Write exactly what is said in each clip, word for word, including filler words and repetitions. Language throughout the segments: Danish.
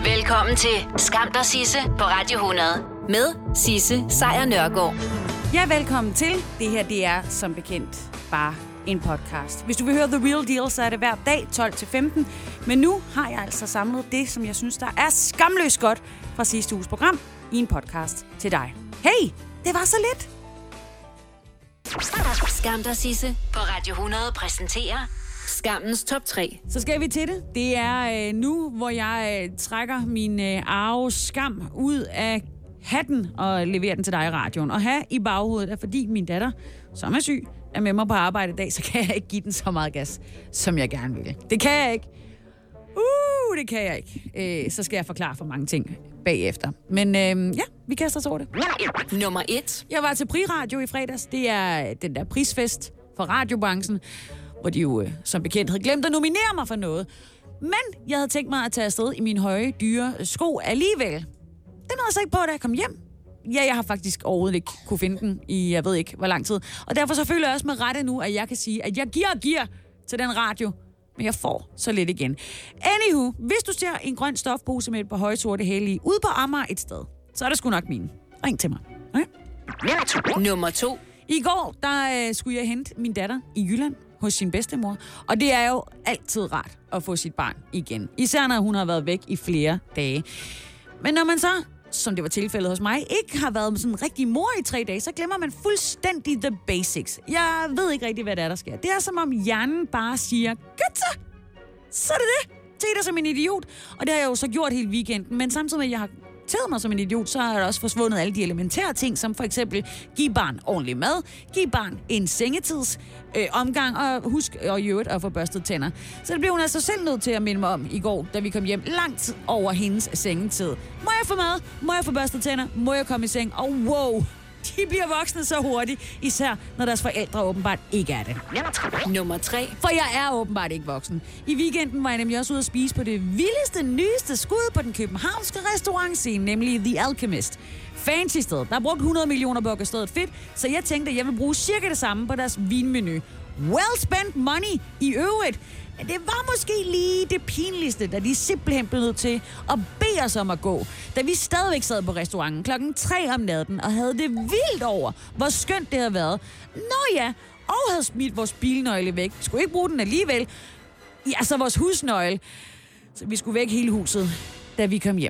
Velkommen til Skam dig Sisse på Radio hundrede med Sisse Sejr Nørgaard. Ja, velkommen til. Det her, det er som bekendt bare en podcast. Hvis du vil høre The Real Deal, så er det hver dag tolv til femten. Men nu har jeg altså samlet det, som jeg synes, der er skamløst godt fra sidste uges program i en podcast til dig. Hey, det var så lidt. Skam dig Sisse på Radio hundrede præsenterer Skammens top tre. Så skal vi til det. Det er øh, nu, hvor jeg øh, trækker min øh, arve skam ud af hatten og leverer den til dig i radioen. Og have i baghovedet er, fordi min datter, som er syg, er med mig på arbejde i dag, så kan jeg ikke give den så meget gas, som jeg gerne vil. Det kan jeg ikke. Uh, det kan jeg ikke. Øh, så skal jeg forklare for mange ting bagefter. Men øh, ja, vi kaster os over det. Nummer et. Jeg var til Priradio i fredags. Det er den der prisfest for radiobranchen, hvor de jo øh, som bekendt havde glemt at nominere mig for noget. Men jeg havde tænkt mig at tage afsted i mine høje, dyre sko alligevel. Den havde jeg så ikke på, da jeg kom hjem. Ja, jeg har faktisk overhovedet ikke kunne finde den i, jeg ved ikke, hvor lang tid. Og derfor så føler jeg også med rette nu, at jeg kan sige, at jeg giver og giver til den radio, men jeg får så lidt igen. Anywho, hvis du ser en grøn stofpose med et par høje sorte hæle i, ude på Amager et sted, så er det sgu nok min. Ring til mig. Okay? Nummer to. I går, der øh, skulle jeg hente min datter i Jylland hos sin bedstemor. Og det er jo altid rart at få sit barn igen. Især når hun har været væk i flere dage. Men når man så, som det var tilfældet hos mig, ikke har været sådan en rigtig mor i tre dage, så glemmer man fuldstændig the basics. Jeg ved ikke rigtig, hvad det er, der sker. Det er som om hjernen bare siger, godt så, så er det det. Se dig som en idiot. Og det har jeg jo så gjort hele weekenden. Men samtidig med, at jeg har tædet mig som en idiot, så har der også forsvundet alle de elementære ting, som for eksempel give barn ordentlig mad, give barn en sengetids øh, omgang, og husk og i øvrigt at få børstet tænder. Så det blev hun altså selv nødt til at minde mig om i går, da vi kom hjem langt over hendes sengetid. Må jeg få mad? Må jeg få børstet tænder? Må jeg komme i seng? Og wow, de bliver voksne så hurtigt, især når deres forældre åbenbart ikke er det. Nummer tre. For jeg er åbenbart ikke voksen. I weekenden var jeg nemlig også ude at spise på det vildeste, nyeste skud på den københavnske restaurantscene, nemlig The Alchemist. Fancy sted. Der er brugt hundrede millioner på at gøre stedet fedt, så jeg tænkte, at jeg vil bruge cirka det samme på deres vinmenu. Well spent money i øvrigt. Men det var måske lige det pinligste, da de simpelthen blev nødt til at bede os om at gå. Da vi stadigvæk sad på restauranten klokken tre om natten og havde det vildt over, hvor skønt det havde været. Nå ja, og havde smidt vores bilnøgle væk. Vi skulle ikke bruge den alligevel. Ja, så vores husnøgle. Så vi skulle væk hele huset, da vi kom hjem.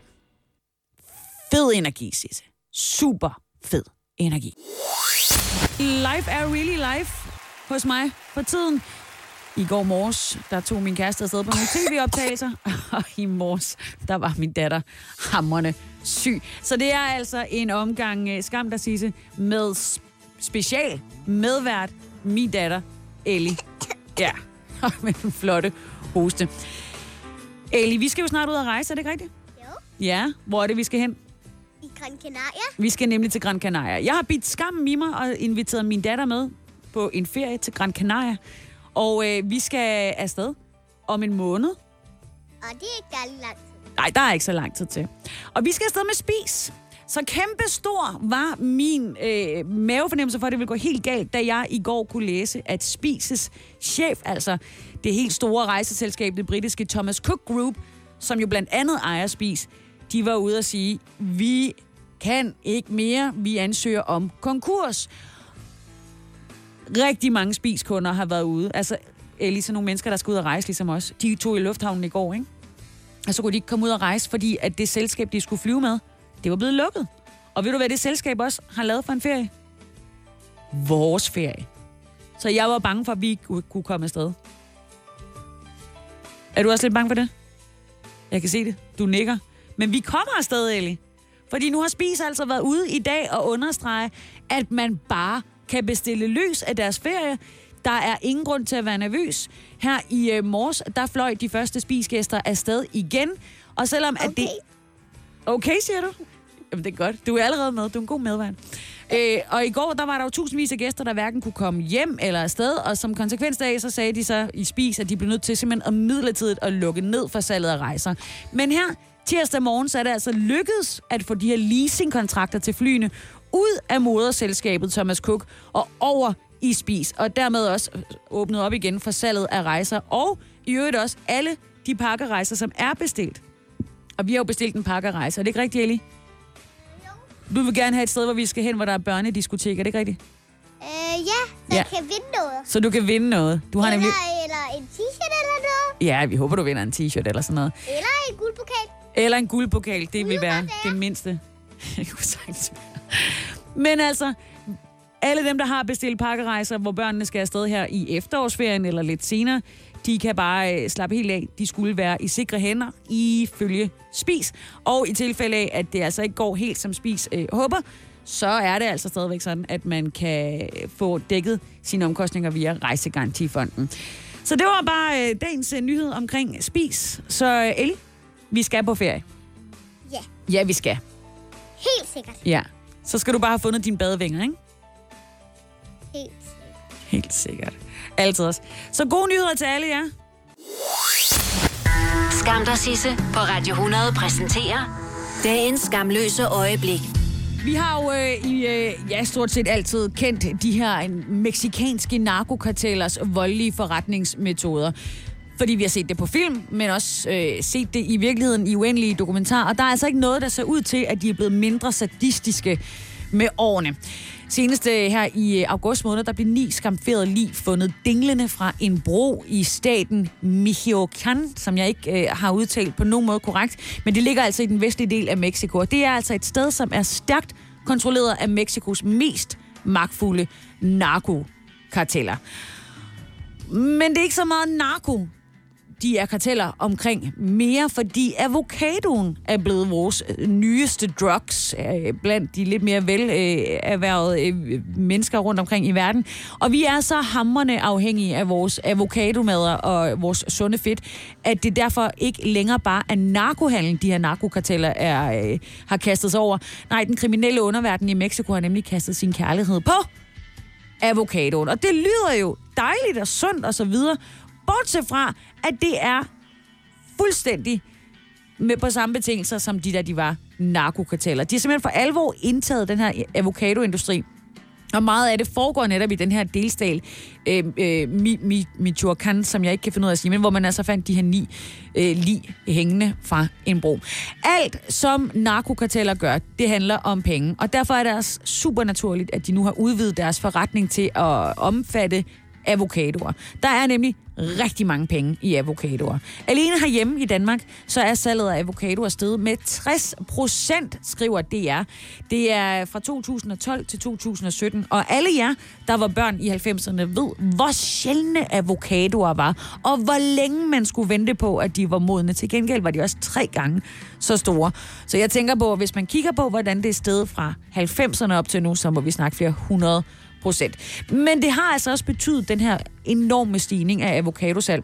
Fed energi, Sisse. Super fed energi. Life er really life hos mig for tiden. I går morges, der tog min kæreste afsted på nogle tv-optagelser, og i morges, der var min datter hamrende syg. Så det er altså en omgang Skam dig Sisse med special medvært min datter, Ellie. Ja, med en flotte hoste. Ellie, vi skal jo snart ud og rejse, er det ikke rigtigt? Jo. Ja, hvor er det, vi skal hen? I Gran Canaria. Vi skal nemlig til Gran Canaria. Jeg har bidt skammen i mig og inviteret min datter med på en ferie til Gran Canaria. Og øh, vi skal afsted om en måned. Og det er ikke dejligt lang tid. Nej, der er ikke så lang tid til. Og vi skal afsted med spis. Så kæmpe stor var min øh, mavefornemmelse for, at det ville gå helt galt, da jeg i går kunne læse, at Spises chef, altså det helt store rejseselskab, det britiske Thomas Cook Group, som jo blandt andet ejer Spis, de var ude at sige, vi kan ikke mere, vi ansøger om konkurs. Rigtig mange spiskunder har været ude. Altså, lige så nogle mennesker, der skal ud og rejse, ligesom os. De tog i lufthavnen i går, ikke? Og så kunne de ikke komme ud og rejse, fordi at det selskab, de skulle flyve med, det var blevet lukket. Og ved du, hvad det selskab også har lavet for en ferie? Vores ferie. Så jeg var bange for, at vi ikke kunne komme afsted. Er du også lidt bange for det? Jeg kan se det. Du nikker. Men vi kommer afsted, Ellie. Fordi nu har Spis altså været ude i dag og understrege, at man bare kan bestille løs af deres ferie. Der er ingen grund til at være nervøs. Her i øh, morges, der fløj de første spisgæster afsted igen. Og selvom Okay. at det... Okay, siger du? Jamen, det er godt. Du er allerede med. Du er en god medvært. Øh, og i går, der var der jo tusindvis af gæster, der hverken kunne komme hjem eller afsted. Og som konsekvens af, så sagde de så i Spis, at de blev nødt til simpelthen at midlertidigt at lukke ned for salget af rejser. Men her tirsdag morgen, så er det altså lykkedes at få de her leasingkontrakter til flyene ud af moderselskabet Thomas Cook og over i Spis. Og dermed også åbnet op igen for salget af rejser. Og i øvrigt også alle de pakkerejser, som er bestilt. Og vi har jo bestilt en pakkerejse. Er det ikke rigtigt, Ellie? Du vil gerne have et sted, hvor vi skal hen, hvor der er børnediskotek. Er det ikke rigtigt? Øh, ja, så Ja. jeg kan vinde noget. Så du kan vinde noget. Du har Eller, nemlig... eller en t-shirt eller noget. Ja, vi håber, du vinder en t-shirt eller sådan noget. Eller en guldpokal. Eller en guldpokal. Det vil Guld, være hvad det er. det mindste. Jeg kunne sagtens være. Men altså, alle dem, der har bestilt pakkerejser, hvor børnene skal afsted her i efterårsferien eller lidt senere, de kan bare øh, slappe helt af. De skulle være i sikre hænder ifølge Spis. Og i tilfælde af, at det altså ikke går helt som Spis øh, håber, så er det altså stadigvæk sådan, at man kan få dækket sine omkostninger via Rejsegarantifonden. Så det var bare øh, dagens øh, nyhed omkring Spis. Så øh, Ellie, vi skal på ferie. Ja, Ja, vi skal. helt sikkert. Ja. Så skal du bare have fundet dine badevinger, ikke? Helt sikkert. Helt sikkert. Altid også. Så gode nyheder til alle jer. Skam dig, Sisse på Radio hundrede præsenterer dagens skamløse øjeblik. Vi har jo øh, i, øh, ja, stort set altid kendt de her øh, meksikanske narkokartellers voldelige forretningsmetoder. Fordi vi har set det på film, men også øh, set det i virkeligheden i uendelige dokumentarer. Og der er altså ikke noget, der ser ud til, at de er blevet mindre sadistiske med årene. Senest øh, her i øh, august måned, der blev ni skamferede lig fundet dinglende fra en bro i staten Michoacán, som jeg ikke øh, har udtalt på nogen måde korrekt. Men det ligger altså i den vestlige del af Mexico. Og det er altså et sted, som er stærkt kontrolleret af Mexikos mest magtfulde narkokarteller. Men det er ikke så meget narko, de er karteller omkring, mere fordi avocadoen er blevet vores nyeste drugs øh, blandt de lidt mere velerhvervede øh, mennesker rundt omkring i verden. Og vi er så hamrende afhængige af vores avocadomadder og vores sunde fedt, at det derfor ikke længere bare er narkohandel, de her narkokarteller er, øh, har kastet sig over. Nej, den kriminelle underverden i Mexico har nemlig kastet sin kærlighed på avocadoen. Og det lyder jo dejligt og sundt og så videre, bortset fra, at det er fuldstændig med på samme betingelser, som de der, de var narkokarteller. De har simpelthen for alvor indtaget den her avocadoindustri. Og meget af det foregår netop i den her delstat, øh, øh, Mi, Mi, Michoacán, som jeg ikke kan finde ud af at sige, men hvor man altså fandt de her ni øh, lig hængende fra en bro. Alt, som narkokarteller gør, det handler om penge. Og derfor er det også super naturligt, at de nu har udvidet deres forretning til at omfatte avocadoer. Der er nemlig rigtig mange penge i avocadoer. Alene herhjemme i Danmark, så er salget af avocadoer steget med tres procent, skriver D R. Det er fra to tusind og tolv til to tusind og sytten, og alle jer, der var børn i halvfemserne, ved, hvor sjældne avocadoer var, og hvor længe man skulle vente på, at de var modne. Til gengæld var de også tre gange så store. Så jeg tænker på, at hvis man kigger på, hvordan det er steget fra halvfemserne op til nu, så må vi snakke flere hundrede procent. Men det har altså også betydet, den her enorme stigning af avocadosalg,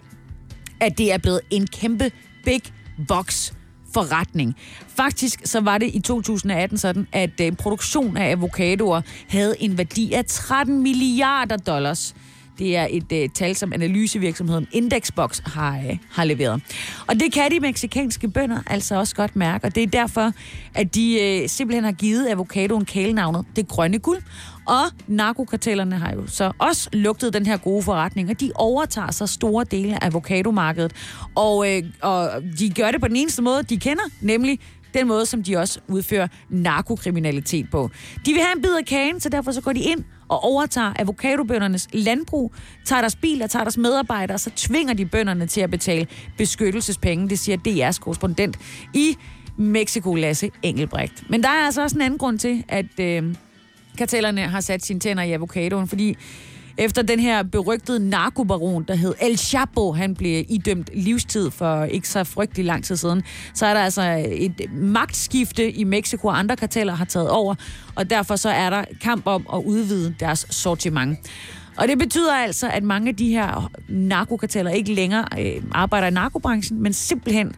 at det er blevet en kæmpe big box forretning. Faktisk så var det i to tusind og atten sådan, at en produktion af avocadoer havde en værdi af tretten milliarder dollars. Det er et uh, tal, som analysevirksomheden Indexbox har, uh, har leveret. Og det kan de meksikanske bønder altså også godt mærke, og det er derfor, at de uh, simpelthen har givet avocadoen kælenavnet det grønne guld. Og narkokartellerne har jo så også lugtet den her gode forretning, og de overtager så store dele af avocadomarkedet. Og, øh, og de gør det på den eneste måde, de kender, nemlig den måde, som de også udfører narkokriminalitet på. De vil have en bid af kagen, så derfor så går de ind og overtager avocadobøndernes landbrug, tager deres biler, tager deres medarbejdere, og så tvinger de bønderne til at betale beskyttelsespenge. Det siger D R's korrespondent i Mexico, Lasse Engelbrecht. Men der er altså også en anden grund til, at øh, kartellerne har sat sine tænder i avocadoen, fordi efter den her berygtede narkobaron, der hed El Chapo, han blev idømt livstid for ikke så frygtelig lang tid siden, så er der altså et magtskifte i Mexico, og andre karteller har taget over, og derfor så er der kamp om at udvide deres sortiment. Og det betyder altså, at mange af de her narkokarteller ikke længere øh, arbejder i narkobranchen, men simpelthen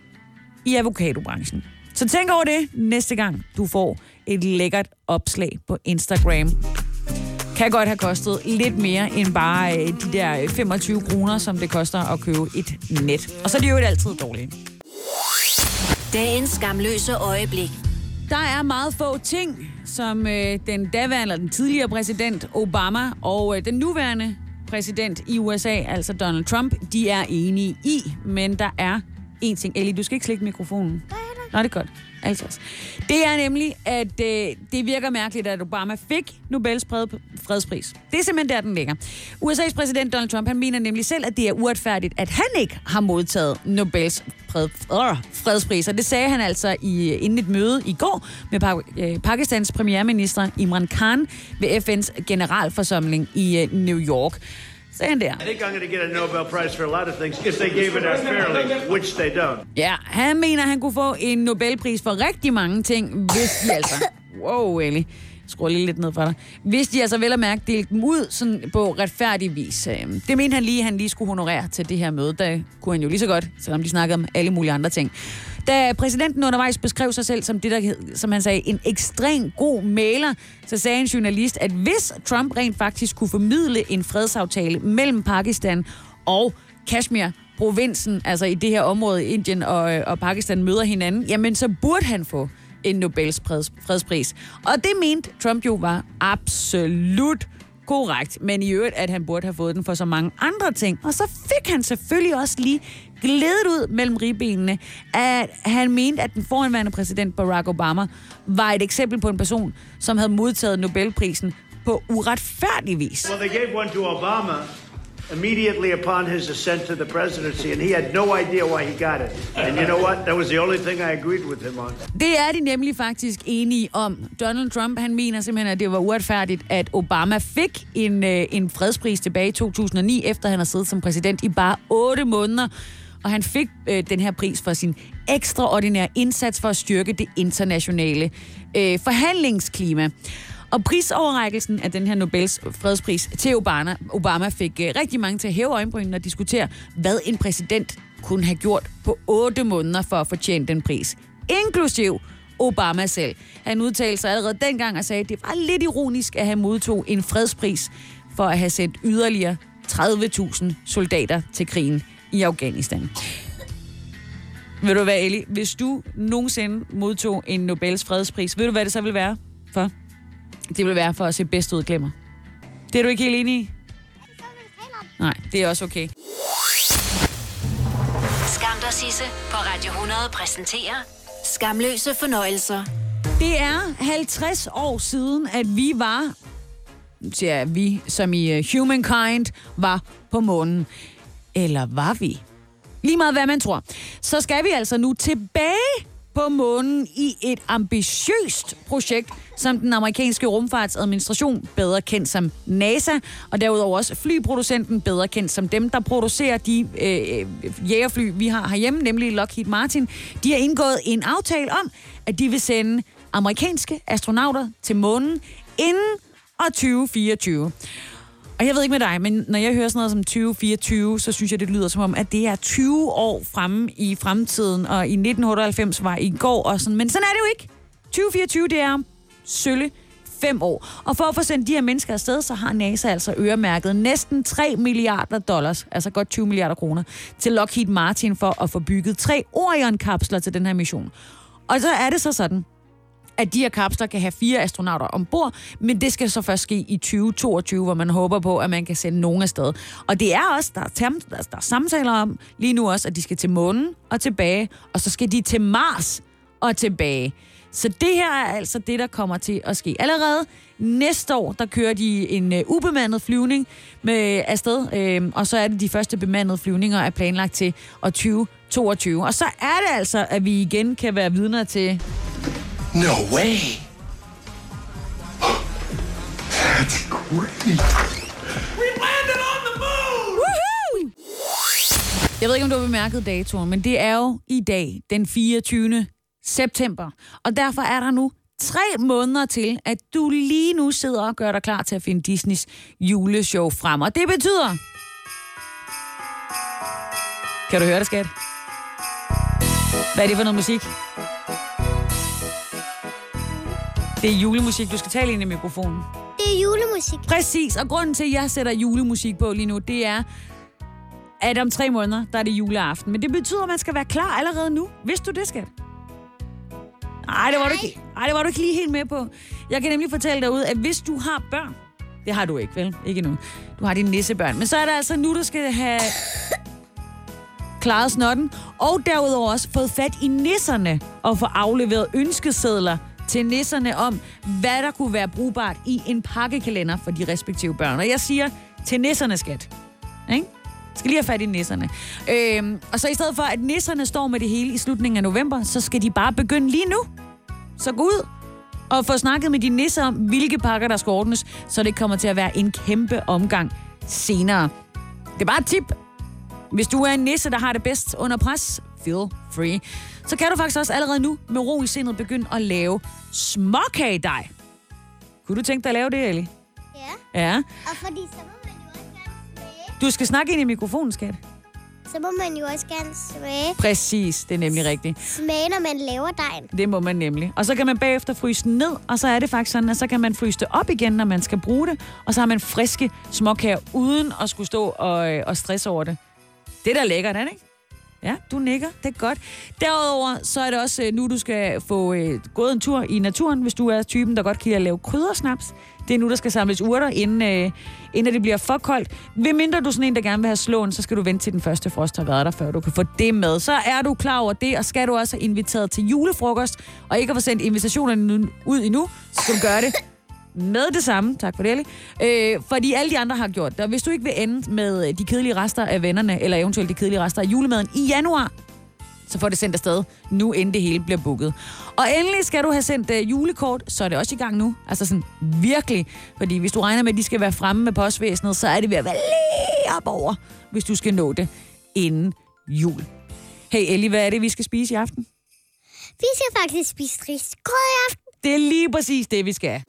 i avocadobranchen. Så tænk over det næste gang, du får et lækkert opslag på Instagram. Kan godt have kostet lidt mere end bare de der femogtyve kroner, som det koster at købe et net. Og så er det jo altid dårligt. Dagens skamløse øjeblik. Der er meget få ting, som øh, den daværende eller den tidligere præsident Obama og øh, den nuværende præsident i U S A, altså Donald Trump, de er enige i. Men der er en ting. Ellie, du skal ikke slikke mikrofonen. Nå, det er godt. Altså. Det er nemlig, at øh, det virker mærkeligt, at Obama fik Nobels fredspris. Det er simpelthen der, den ligger. U S A's præsident Donald Trump, han mener nemlig selv, at det er uretfærdigt, at han ikke har modtaget Nobels fred, øh, fredspris. Og det sagde han altså i, inden et møde i går med pa- øh, Pakistans premierminister Imran Khan ved F N's generalforsamling i øh, New York. Sagde han der. I think I'm going to get a Nobel Prize for a lot of things if they gave it out fairly, which they don't. Ja, han mener, han kunne få en Nobelpris for rigtig mange ting, hvis de altså... Wow, Ellie. Skru lige lidt ned for dig. Hvis de altså vel at mærke delte dem ud sådan på retfærdig vis. Det mente han lige, han lige skulle honorere til det her møde. Der kunne han jo lige så godt, selvom de snakkede om alle mulige andre ting. Da præsidenten undervejs beskrev sig selv som det, der, som han sagde, en ekstrem god mægler, så sagde en journalist, at hvis Trump rent faktisk kunne formidle en fredsaftale mellem Pakistan og Kashmir, provinsen, altså i det her område, Indien og, og Pakistan møder hinanden, jamen så burde han få en Nobels fredspris. Og det mente Trump jo var absolut korrekt, men i øvrigt, at han burde have fået den for så mange andre ting. Og så fik han selvfølgelig også lige glædet ud mellem ribbenene, at han mente, at den forhenværende præsident Barack Obama var et eksempel på en person, som havde modtaget Nobelprisen på uretfærdig vis. Well, they gave one to Obama immediately upon his ascent to the presidency, and he had no idea why he got it. And you know what? That was the only thing I agreed with him on. Det er de nemlig faktisk enige om. Donald Trump, han mener simpelthen, at det var uretfærdigt, at Obama fik en, øh, en fredspris tilbage i to tusind og ni, efter han har siddet som præsident i bare otte måneder. Og han fik øh, den her pris for sin ekstraordinære indsats for at styrke det internationale øh, forhandlingsklima. Og prisoverrækkelsen af den her Nobels fredspris til Obama, Obama fik øh, rigtig mange til at hæve øjenbrynene og diskutere, hvad en præsident kunne have gjort på otte måneder for at fortjene den pris. Inklusiv Obama selv. Han udtalte sig allerede dengang og sagde, at det var lidt ironisk, at han modtog en fredspris for at have sendt yderligere tredive tusind soldater til krigen i Afghanistan. Ved du hvad, Ellie? Hvis du nogensinde modtog en Nobels fredspris, ved du, hvad det så vil være for? Det vil være for at se bedst ud, glemmer. Det er du ikke helt enig i? Nej, det er også okay. Skam dig, Sisse på Radio hundrede præsenterer Skamløse fornøjelser. Det er halvtreds år siden, at vi var, ja, vi som i Humankind, var på månen. Eller var vi? Lige meget hvad man tror. Så skal vi altså nu tilbage på månen i et ambitiøst projekt, som den amerikanske rumfartsadministration, bedre kendt som NASA, og derudover også flyproducenten, bedre kendt som dem, der producerer de øh, jægerfly, vi har herhjemme, nemlig Lockheed Martin, de har indgået en aftale om, at de vil sende amerikanske astronauter til månen inden år tyve fireogtyve. Og jeg ved ikke med dig, men når jeg hører sådan noget som tyve fireogtyve, så synes jeg, det lyder som om, at det er tyve år fremme i fremtiden, og i nitten otteoghalvfems var i går og sådan. Men sådan er det jo ikke. tyve fireogtyve, det er sølle fem år. Og for at få sendt de her mennesker afsted, så har NASA altså øremærket næsten tre milliarder dollars, altså godt tyve milliarder kroner, til Lockheed Martin for at få bygget tre Orion-kapsler til den her mission. Og så er det så sådan, at de her kapsler kan have fire astronauter ombord, men det skal så først ske i tyve toogtyve, hvor man håber på, at man kan sende nogen afsted. Og det er også, der er, term, der er samtaler om lige nu også, at de skal til månen og tilbage, og så skal de til Mars og tilbage. Så det her er altså det, der kommer til at ske. Allerede næste år, der kører de en uh, ubemandet flyvning med afsted, øh, og så er det de første bemandede flyvninger er planlagt til år tyve toogtyve. Og så er det altså, at vi igen kan være vidner til... No way. That's great. We landed on the moon. Woohoo! Jeg ved ikke, om du har bemærket datoen, men det er jo i dag, den fireogtyvende september. Og derfor er der nu tre måneder til, at du lige nu sidder og gør dig klar til at finde Disneys juleshow frem. Og det betyder... Kan du høre det, skat? Hvad er det for noget musik? Det er julemusik. Du skal tale ind i mikrofonen. Det er julemusik. Præcis, og grunden til, at jeg sætter julemusik på lige nu, det er, at om tre måneder, der er det juleaften. Men det betyder, at man skal være klar allerede nu. Vidste du det, skat? Nej, det var du ikke, ej, det var du ikke lige helt med på. Jeg kan nemlig fortælle dig ud, at hvis du har børn, det har du ikke, vel? Ikke nu. Du har dine nissebørn. Men så er det altså nu, du skal have... klaret snotten, og derudover også fået fat i nisserne og få afleveret ønskesedler til nisserne om, hvad der kunne være brugbart i en pakkekalender for de respektive børn. Og jeg siger til nisserne, skat. Ikke? Skal lige have fat i nisserne. Øhm, og så i stedet for, at nisserne står med det hele i slutningen af november, så skal de bare begynde lige nu. Så gå ud og få snakket med de nisser om, hvilke pakker, der skal ordnes, så det kommer til at være en kæmpe omgang senere. Det er bare et tip. Hvis du er en nisse, der har det bedst under pres, feel free, så kan du faktisk også allerede nu med ro i sindet begynde at lave småkagedej. Kunne du tænke dig at lave det, Ellie? Ja. Ja. Og fordi så må man jo også gerne smage. Du skal snakke ind i mikrofonen, skat. Så må man jo også gerne smage. Præcis, det er nemlig rigtigt. Smage, når man laver dejen. Det må man nemlig. Og så kan man bagefter fryse den ned, og så er det faktisk sådan, at så kan man fryse det op igen, når man skal bruge det, og så har man friske småkager, uden at skulle stå og, og stresse over det. Det er da lækkert, er det ikke? Ja, du nikker. Det er godt. Derudover så er det også nu, du skal få øh, gået en tur i naturen, hvis du er typen, der godt kan lide at lave kryddersnaps. Det er nu, der skal samles urter, inden, øh, inden det bliver for koldt. Ved mindre du er sådan en, der gerne vil have slåen, så skal du vente til den første frost har været der, før du kan få det med. Så er du klar over det, og skal du også have inviteret til julefrokost, og ikke have sendt invitationerne ud endnu, så skal du gøre det med det samme. Tak for det, Ellie. Øh, fordi alle de andre har gjort det. Og hvis du ikke vil ende med de kedelige rester af vennerne, eller eventuelt de kedelige rester af julemaden i januar, så får det sendt afsted nu, inden det hele bliver booket. Og endelig skal du have sendt uh, julekort, så er det også i gang nu. Altså sådan virkelig. Fordi hvis du regner med, at de skal være fremme med postvæsenet, så er det ved at være lige op over, hvis du skal nå det inden jul. Hey Ellie, hvad er det, vi skal spise i aften? Vi skal faktisk spise risgrød i aften. Det er lige præcis det, vi skal.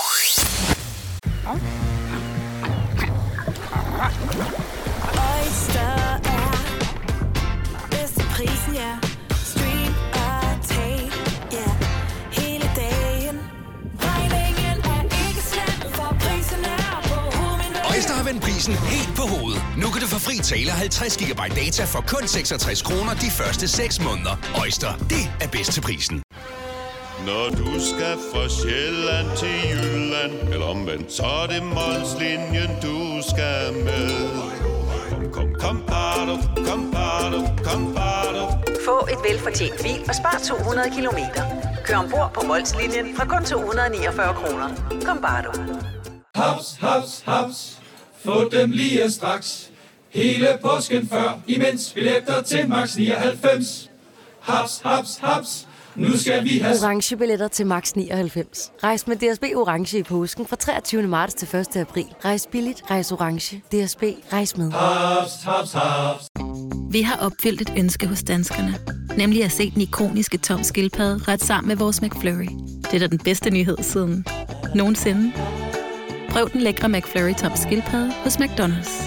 Oyster er bedst til prisen, ja. Stream og tag, ja. Hele dagen. Regningen er ikke slem, for prisen er på hovedet. Oyster har vendt prisen helt på hovedet. Nu kan du få fri tale halvtreds gigabyte data for kun seksogtres kroner de første seks måneder. Oyster, det er bedst til prisen. Når du skal fra Sjælland til Jylland, eller omvendt, så er det Molslinjen, du skal med. Kom, kom, kom, bado, kom, bado, kom, bado. Få et velfortjent bil og spar to hundrede kilometer. Kør ombord på Molslinjen fra kun to hundrede niogfyrre kroner. Kom, bare du. Haps, haps, haps. Få dem lige straks. Hele påsken før, imens billetter til max nioghalvfems. Haps, haps, haps. Nu skal vi have orange billetter til max nioghalvfems. Rejs med D S B Orange i påsken fra treogtyvende marts til første april. Rejs billigt, rejs orange. D S B, rejs med. haps, haps, haps. Vi har opfyldt et ønske hos danskerne. Nemlig at se den ikoniske Tom Skildpadde ret sammen med vores McFlurry. Det er da den bedste nyhed siden nogensinde. Prøv den lækre McFlurry Tom Skildpadde hos McDonald's.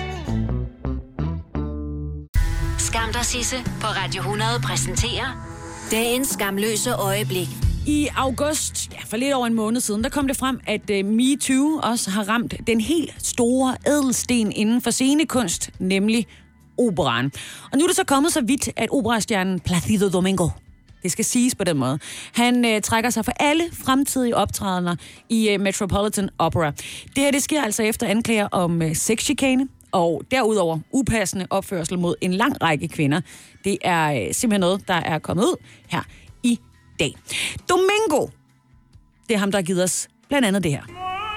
Skam dig, Sisse på Radio hundrede præsenterer dagens skamløse øjeblik. I august, ja, for lidt over en måned siden, der kom det frem, at uh, MeToo også har ramt den helt store ædelsten inden for scenekunst, nemlig operaen. Og nu er det så kommet så vidt, at operastjernen Plácido Domingo, det skal siges på den måde, han uh, trækker sig for alle fremtidige optrædener i uh, Metropolitan Opera. Det her, det sker altså efter anklager om uh, sexchikane, og derudover upassende opførsel mod en lang række kvinder. Det er øh, simpelthen noget, der er kommet ud her i dag. Domingo, det er ham, der har givet os blandt andet det her.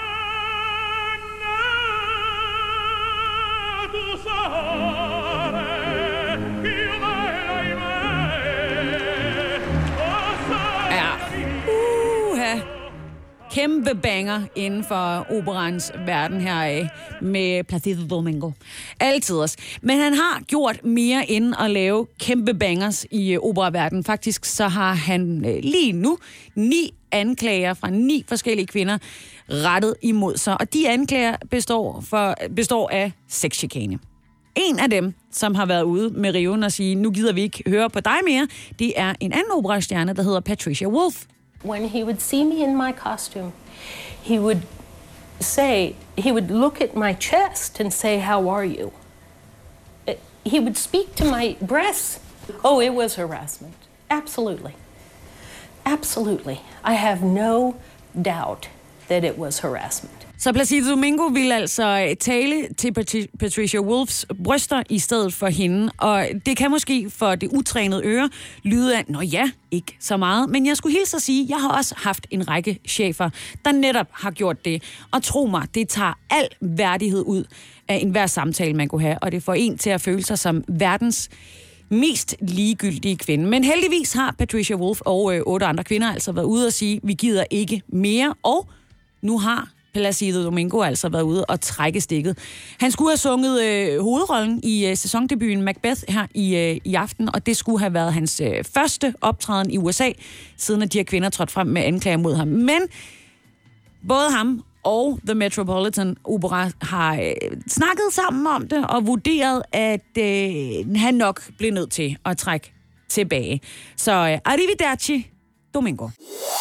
Ja. Uh-ha. Kæmpe banger inden for operans verden her med Plácido Domingo. Altid også. Men han har gjort mere end at lave kæmpe bangers i operaverdenen. Faktisk så har han lige nu ni anklager fra ni forskellige kvinder rettet imod sig. Og de anklager består, for, består af sexchikane. En af dem, som har været ude med riven og sige, nu gider vi ikke høre på dig mere, det er en anden operastjerne, der hedder Patricia Wolf. When he would see me in my costume, he would say, he would look at my chest and say, how are you? He would speak to my breasts. Oh, it was harassment. Absolutely. Absolutely. I have no doubt that it was harassment. Så Placido Domingo ville altså tale til Patricia Wolfs bryster i stedet for hende, og det kan måske for det utrænede øre lyde af, nå ja, ikke så meget, men jeg skulle hilse at sige, jeg har også haft en række chefer, der netop har gjort det, og tro mig, det tager al værdighed ud af enhver samtale, man kunne have, og det får en til at føle sig som verdens mest ligegyldige kvinde. Men heldigvis har Patricia Wolf og øh, otte andre kvinder altså været ude og sige, vi gider ikke mere, og nu har Placido Domingo altså været ude og trække stikket. Han skulle have sunget øh, hovedrollen i øh, sæsondebuten Macbeth her i, øh, i aften, og det skulle have været hans øh, første optræden i U S A, siden at de her kvinder trådte frem med anklager mod ham. Men både ham og The Metropolitan Opera har øh, snakket sammen om det og vurderet, at øh, han nok blev nødt til at trække tilbage. Så øh, arrivederci, Domingo.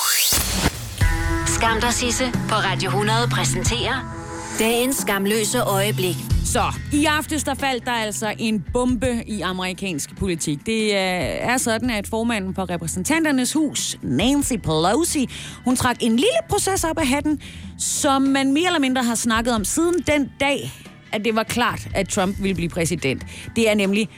Skam dig, Sisse på Radio hundrede præsenterer dagens skamløse øjeblik. Så i aftes der faldt der altså en bombe i amerikansk politik. Det er sådan, at formanden for repræsentanternes hus, Nancy Pelosi, hun trak en lille proces op af hatten, som man mere eller mindre har snakket om siden den dag, at det var klart, at Trump ville blive præsident. Det er nemlig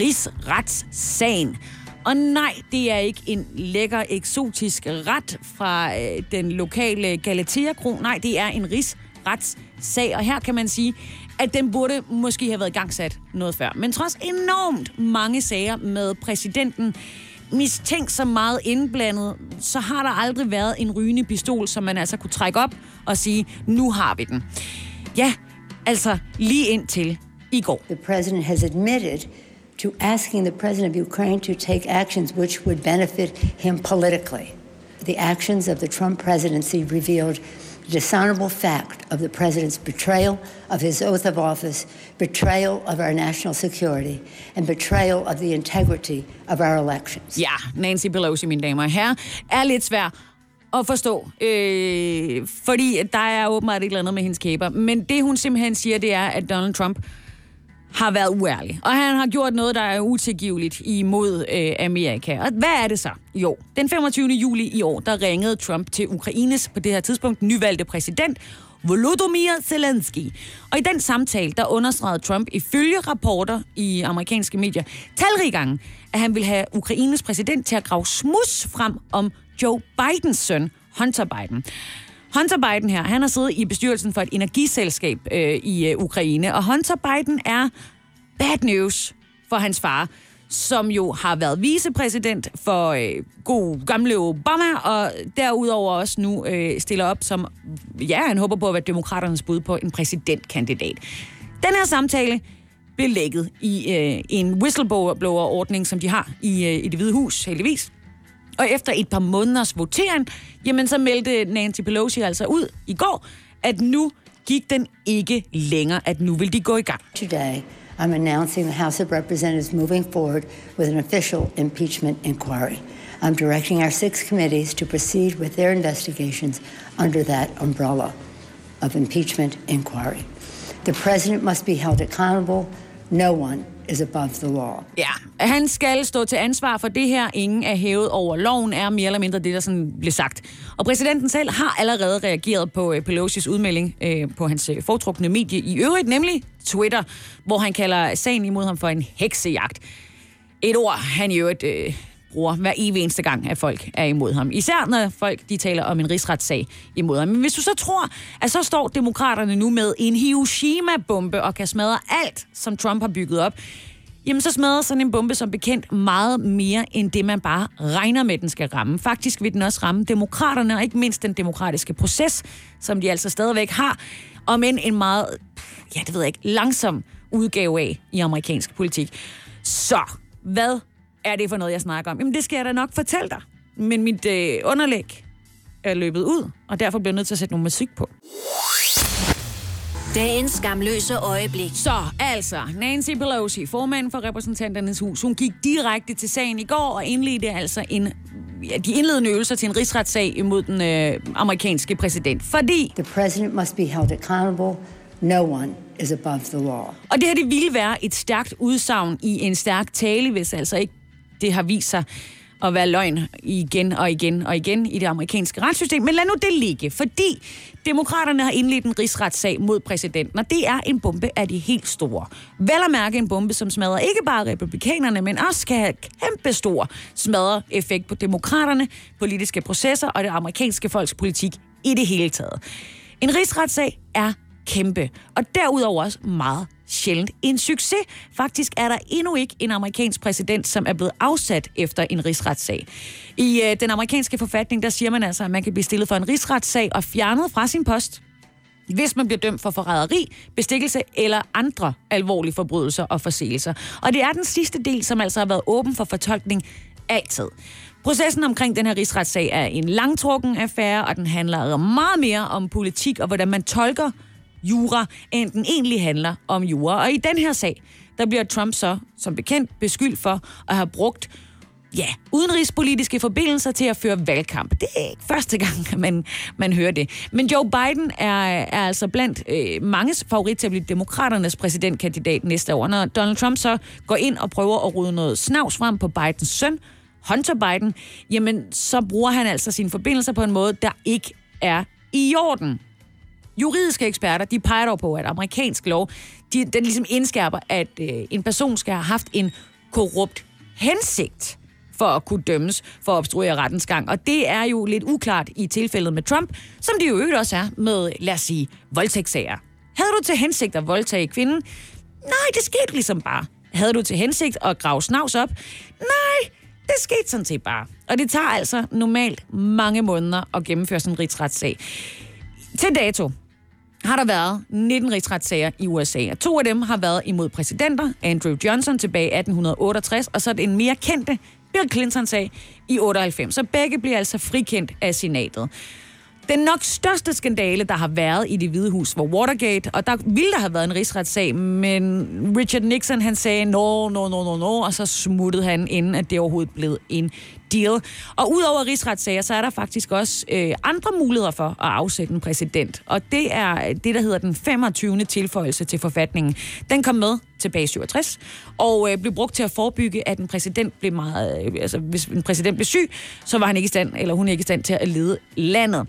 rigsretssagen. Og nej, det er ikke en lækker, eksotisk ret fra øh, den lokale Galatea-kro. Nej, det er en rigsretssag. Og her kan man sige, at den burde måske have været igangsat noget før. Men trods enormt mange sager med præsidenten mistænkt så meget indblandet, så har der aldrig været en rygende pistol, som man altså kunne trække op og sige, nu har vi den. Ja, altså lige indtil i går. The president has admitted to asking the president of Ukraine to take actions which would benefit him politically. The actions of the Trump presidency revealed the dishonorable fact of the president's betrayal of his oath of office, betrayal of our national security, and betrayal of the integrity of our elections. Ja, Nancy Pelosi, mine damer og herrer, er lidt svær at forstå, øh, fordi der er åbenbart et eller andet med hendes kæber. Men det, hun simpelthen siger, det er, at Donald Trump har været uærlig. Og han har gjort noget, der er utilgiveligt imod øh, Amerika. Og hvad er det så? Jo, den femogtyvende juli i år, der ringede Trump til Ukraines, på det her tidspunkt, nyvalgte præsident, Volodymyr Zelensky. Og i den samtale, der understregede Trump ifølge rapporter i amerikanske medier talrige gange, at han ville have Ukraines præsident til at grave smuds frem om Joe Bidens søn, Hunter Biden. Hunter Biden her, han har siddet i bestyrelsen for et energiselskab øh, i øh, Ukraine, og Hunter Biden er bad news for hans far, som jo har været vicepræsident for øh, god gamle Obama, og derudover også nu øh, stiller op som, ja, han håber på at være demokraternes bud på en præsidentkandidat. Den her samtale blev lækket i øh, en whistleblower-ordning, som de har i, øh, i Det Hvide Hus, heldigvis. Og efter et par måneders votering, jamen så meldte Nancy Pelosi altså ud i går, at nu gik den ikke længere, at nu vil de gå i gang. Today, I'm announcing the House of Representatives moving forward with an official impeachment inquiry. I'm directing our six committees to proceed with their investigations under that umbrella of impeachment inquiry. The president must be held accountable. No one is above the law. Ja, han skal stå til ansvar for det her. Ingen er hævet over loven, er mere eller mindre det, der sådan blev sagt. Og præsidenten selv har allerede reageret på Pelosi's udmelding øh, på hans foretrukne medie i øvrigt, nemlig Twitter, hvor han kalder sagen imod ham for en heksejagt. Et ord, han i øvrigt øh, bruger hver evig eneste gang, at folk er imod ham. Især når folk de taler om en rigsretssag imod ham. Men hvis du så tror, at så står demokraterne nu med en Hiroshima-bombe og kan smadre alt, som Trump har bygget op, jamen så smadrer sådan en bombe som bekendt meget mere, end det man bare regner med, den skal ramme. Faktisk vil den også ramme demokraterne, og ikke mindst den demokratiske proces, som de altså stadigvæk har, om end en meget, ja det ved jeg ikke, langsom udgave af i amerikansk politik. Så, hvad er det for noget, jeg snakker om? Jamen det skal jeg da nok fortælle dig. Men mit øh, underlæg er løbet ud, og derfor bliver jeg nødt til at sætte noget musik på. Dagens skamløse øjeblik. Så altså, Nancy Pelosi, formanden for repræsentanternes hus, hun gik direkte til sagen i går og indledte altså en, ja, de indledende øvelser til en rigsretssag imod den øh, amerikanske præsident. Fordi the president must be held accountable. No one is above the law. Og det her, det ville være et stærkt udsagn i en stærk tale, hvis altså ikke det har vist sig at være løgn igen og igen og igen i det amerikanske retssystem. Men lad nu det ligge, fordi demokraterne har indledt en rigsretssag mod præsidenten, og det er en bombe af de helt store. Vel at mærke en bombe, som smadrer ikke bare republikanerne, men også kan have kæmpe stor smadre effekt på demokraterne, politiske processer og det amerikanske folks politik i det hele taget. En rigsretssag er kæmpe, og derudover også meget sjældent en succes. Faktisk er der endnu ikke en amerikansk præsident, som er blevet afsat efter en rigsretssag. I øh, den amerikanske forfatning, der siger man altså, at man kan blive stillet for en rigsretssag og fjernet fra sin post, hvis man bliver dømt for forræderi, bestikkelse eller andre alvorlige forbrydelser og forseelser. Og det er den sidste del, som altså har været åben for fortolkning altid. Processen omkring den her rigsretssag er en langtrukken affære, og den handler meget mere om politik og hvordan man tolker jura, end den egentlig handler om jura. Og i den her sag, der bliver Trump så, som bekendt, beskyldt for at have brugt ja, udenrigspolitiske forbindelser til at føre valgkamp. Det er ikke første gang, man, man hører det. Men Joe Biden er, er altså blandt øh, manges favorit til at blive demokraternes præsidentkandidat næste år. Når Donald Trump så går ind og prøver at rydde noget snavs frem på Bidens søn, Hunter Biden, jamen så bruger han altså sine forbindelser på en måde, der ikke er i orden. Juridiske eksperter, de peger dog på, at amerikansk lov, de, den ligesom indskærper, at øh, en person skal have haft en korrupt hensigt for at kunne dømmes for at obstruere rettens gang. Og det er jo lidt uklart i tilfældet med Trump, som det jo øvrigt også er med, lad os sige, voldtægtssager. Havde du til hensigt at voldtage kvinden? Nej, det skete ligesom bare. Havde du til hensigt at grave snavs op? Nej, det skete sådan set bare. Og det tager altså normalt mange måneder at gennemføre sådan en rigsretssag. Til dato har der været nitten rigsretssager i U S A, og to af dem har været imod præsidenter, Andrew Johnson tilbage i atten otteogtres, og så er det en mere kendte Bill Clinton-sag i otteoghalvfems. Så begge bliver altså frikendt af senatet. Den nok største skandale, der har været i Det Hvide Hus, var Watergate, og der ville der have været en rigsretssag, men Richard Nixon, han sagde no, no, no, no, no, og så smuttede han, inden at det overhovedet blev en deal. Og udover rigsretssager, så er der faktisk også øh, andre muligheder for at afsætte en præsident, og det er det, der hedder den femogtyvende tilføjelse til forfatningen. Den kom med tilbage i syvogtres, og øh, blev brugt til at forebygge, at en præsident blev meget, øh, altså hvis en præsident blev syg, så var han ikke i stand, eller hun ikke i stand til at lede landet.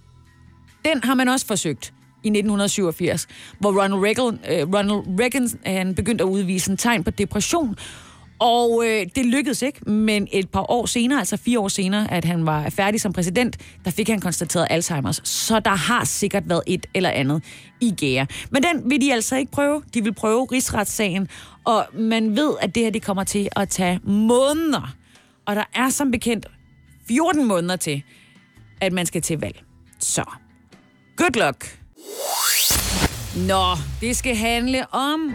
Den har man også forsøgt i nitten syvogfirs, hvor Ronald Reagan, øh, Ronald Reagan han begyndte at udvise en tegn på depression. Og øh, det lykkedes ikke, men et par år senere, altså fire år senere, at han var færdig som præsident, der fik han konstateret Alzheimer's. Så der har sikkert været et eller andet i gære. Men den vil de altså ikke prøve. De vil prøve rigsretssagen, og man ved, at det her det kommer til at tage måneder. Og der er som bekendt fjorten måneder til, at man skal til valg. Så good luck. Nå, det skal handle om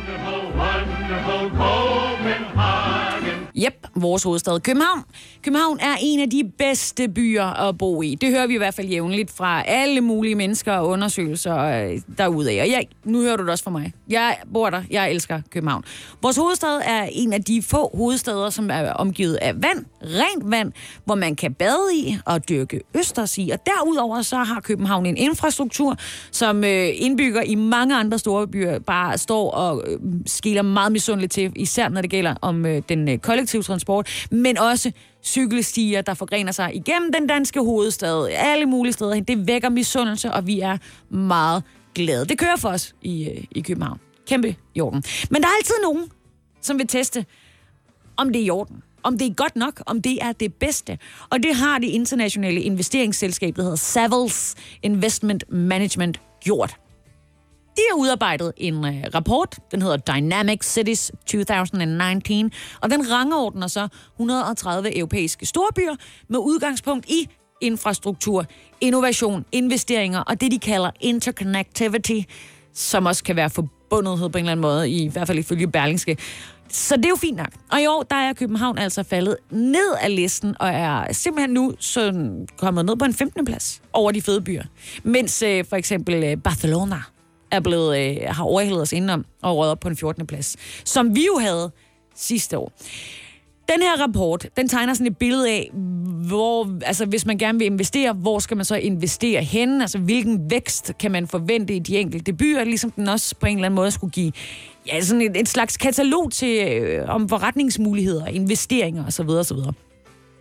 Jep, vores hovedstad København. København er en af de bedste byer at bo i. Det hører vi i hvert fald jævnligt fra alle mulige mennesker og undersøgelser derudaf. Og jeg, nu hører du det også fra mig. Jeg bor der. Jeg elsker København. Vores hovedstad er en af de få hovedsteder, som er omgivet af vand, rent vand, hvor man kan bade i og dyrke østers i. Og derudover så har København en infrastruktur, som indbygger i mange andre store byer bare står og skiller meget misundeligt til, især når det gælder om den kollektive transport, men også cykelstier, der forgrener sig igennem den danske hovedstad, alle mulige steder. Det vækker misundelse, og vi er meget glade. Det kører for os i, i København. Kæmpe i orden. Men der er altid nogen, som vil teste, om det er i orden. Om det er godt nok, om det er det bedste. Og det har det internationale investeringsselskab, der hedder Savills Investment Management, gjort. De har udarbejdet en uh, rapport, den hedder Dynamic Cities to tusind nitten, og den rangordner så et hundrede og tredive europæiske storbyer med udgangspunkt i infrastruktur, innovation, investeringer og det, de kalder interconnectivity, som også kan være forbundethed på en eller anden måde, i hvert fald ifølge Berlingske. Så det er jo fint nok. Og i år, der er København altså faldet ned af listen, og er simpelthen nu sådan kommet ned på en femtende plads over de fede byer. Mens uh, for eksempel uh, Barcelona er blevet, øh, har overhældet os indenom og røget op på en fjortende plads, som vi jo havde sidste år. Den her rapport, den tegner sådan et billede af, hvor, altså hvis man gerne vil investere, hvor skal man så investere henne? Altså hvilken vækst kan man forvente i de enkelte byer, ligesom den også på en eller anden måde skulle give ja, sådan et, et slags katalog til øh, om forretningsmuligheder, investeringer osv. osv.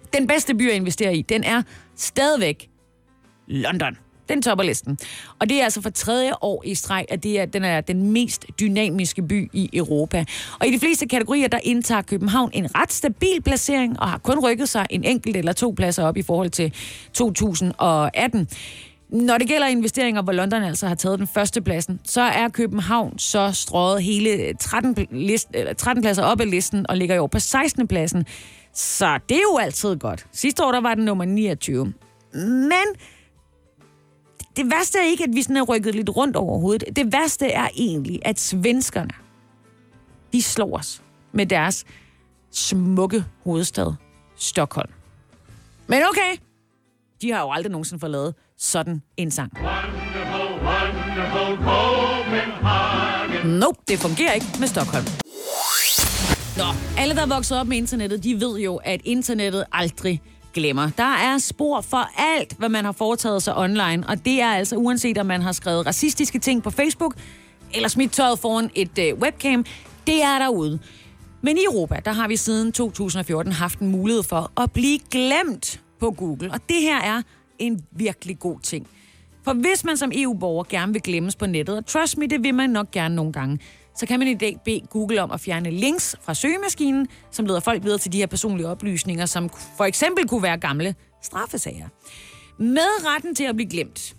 Den bedste by at investere i, den er stadigvæk London. Den topper listen. Og det er altså for tredje år i streg, at det er, den er den mest dynamiske by i Europa. Og i de fleste kategorier, der indtager København en ret stabil placering, og har kun rykket sig en enkelt eller to pladser op i forhold til to tusind og atten. Når det gælder investeringer, hvor London altså har taget den første pladsen, så er København så strøget hele tretten, list, eller tretten pladser op ad listen, og ligger jo på sekstende pladsen. Så det er jo altid godt. Sidste år, der var den nummer niogtyve. Men det værste er ikke, at vi sådan er rykket lidt rundt over hovedet. Det værste er egentlig, at svenskerne, de slår os med deres smukke hovedstad, Stockholm. Men okay, de har jo aldrig nogensinde fået lavet sådan en sang. Wonderful, wonderful Copenhagen. Nope, det fungerer ikke med Stockholm. Nå, alle, der er vokset op med internettet, de ved jo, at internettet aldrig glemmer. Der er spor for alt, hvad man har foretaget sig online, og det er altså uanset, om man har skrevet racistiske ting på Facebook, eller smidt tøjet foran et øh, webcam, det er derude. Men i Europa, der har vi siden to tusind og fjorten haft en mulighed for at blive glemt på Google, og det her er en virkelig god ting. For hvis man som E U-borger gerne vil glemmes på nettet, og trust me, det vil man nok gerne nogle gange, så kan man i dag bede Google om at fjerne links fra søgemaskinen, som leder folk videre til de her personlige oplysninger, som for eksempel kunne være gamle straffesager. Med retten til at blive glemt,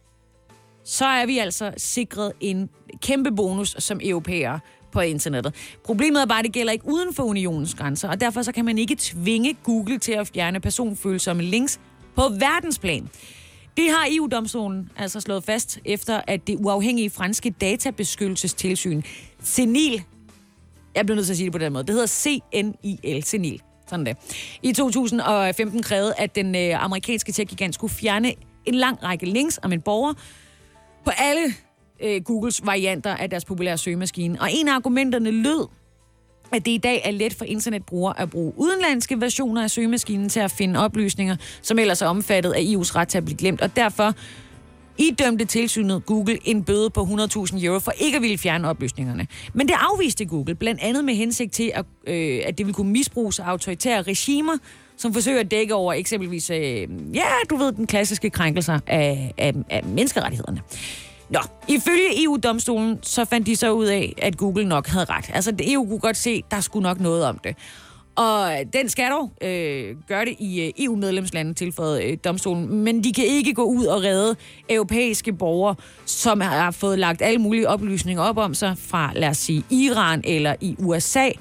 så er vi altså sikret en kæmpe bonus som europæere på internettet. Problemet er bare, at det gælder ikke uden for unionens grænser, og derfor så kan man ikke tvinge Google til at fjerne personfølsomme links på verdensplan. Det har E U-domstolen altså slået fast, efter at det uafhængige franske databeskyttelsestilsyn, CNIL, jeg bliver nødt til at sige det på den måde, det hedder C N I L, CNIL, sådan det, i to tusind og femten krævede, at den øh, amerikanske tech-gigant skulle fjerne en lang række links om en borger på alle øh, Googles varianter af deres populære søgemaskine. Og en af argumenterne lød, at det i dag er let for internetbrugere at bruge udenlandske versioner af søgemaskinen til at finde oplysninger, som ellers er omfattet af E U's ret til at blive glemt, og derfor idømte tilsynet Google en bøde på hundrede tusind euro for ikke at ville fjerne oplysningerne. Men det afviste Google, blandt andet med hensigt til, at, øh, at det ville kunne misbruges af autoritære regimer, som forsøger at dække over eksempelvis, øh, ja, du ved, den klassiske krænkelser af, af, af menneskerettighederne. Nå, ifølge E U-domstolen, så fandt de så ud af, at Google nok havde ret. Altså, E U kunne godt se, der skulle nok noget om det. Og den skal dog øh, gøre det i E U-medlemslandet, tilføjede øh, domstolen. Men de kan ikke gå ud og redde europæiske borgere, som har fået lagt alle mulige oplysninger op om sig fra, lad os sige, Iran eller i U S A.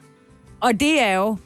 Og det er jo,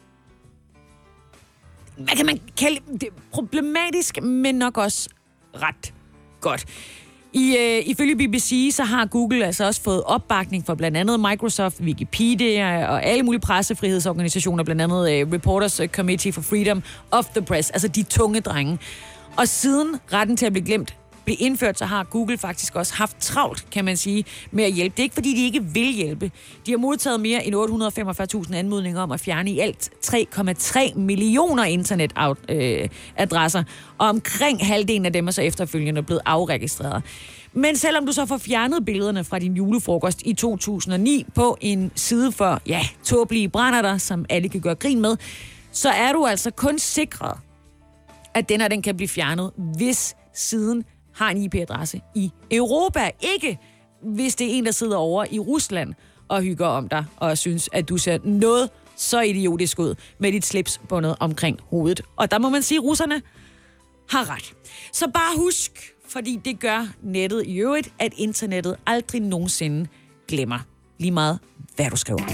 hvad kan man kalde det, problematisk, men nok også ret godt. I, øh, ifølge B B C, så har Google altså også fået opbakning fra blandt andet Microsoft, Wikipedia og alle mulige pressefrihedsorganisationer, blandt andet øh, Reporters Committee for Freedom of the Press, altså de tunge drenge. Og siden retten til at blive glemt blev indført, så har Google faktisk også haft travlt, kan man sige, med at hjælpe. Det er ikke, fordi de ikke vil hjælpe. De har modtaget mere end otte hundrede og femogfyrre tusind anmodninger om at fjerne i alt tre komma tre millioner internetadresser, øh, og omkring halvdelen af dem er så efterfølgende blevet afregistreret. Men selvom du så får fjernet billederne fra din julefrokost i to tusind og ni på en side for, ja, tåbelige brænder, som alle kan gøre grin med, så er du altså kun sikret, at den her den kan blive fjernet, hvis siden har en I P-adresse i Europa. Ikke hvis det er en, der sidder over i Rusland og hygger om dig og synes, at du ser noget så idiotisk ud med dit slips bundet omkring hovedet. Og der må man sige, at russerne har ret. Så bare husk, fordi det gør nettet i øvrigt, at internettet aldrig nogensinde glemmer lige meget, hvad du skriver.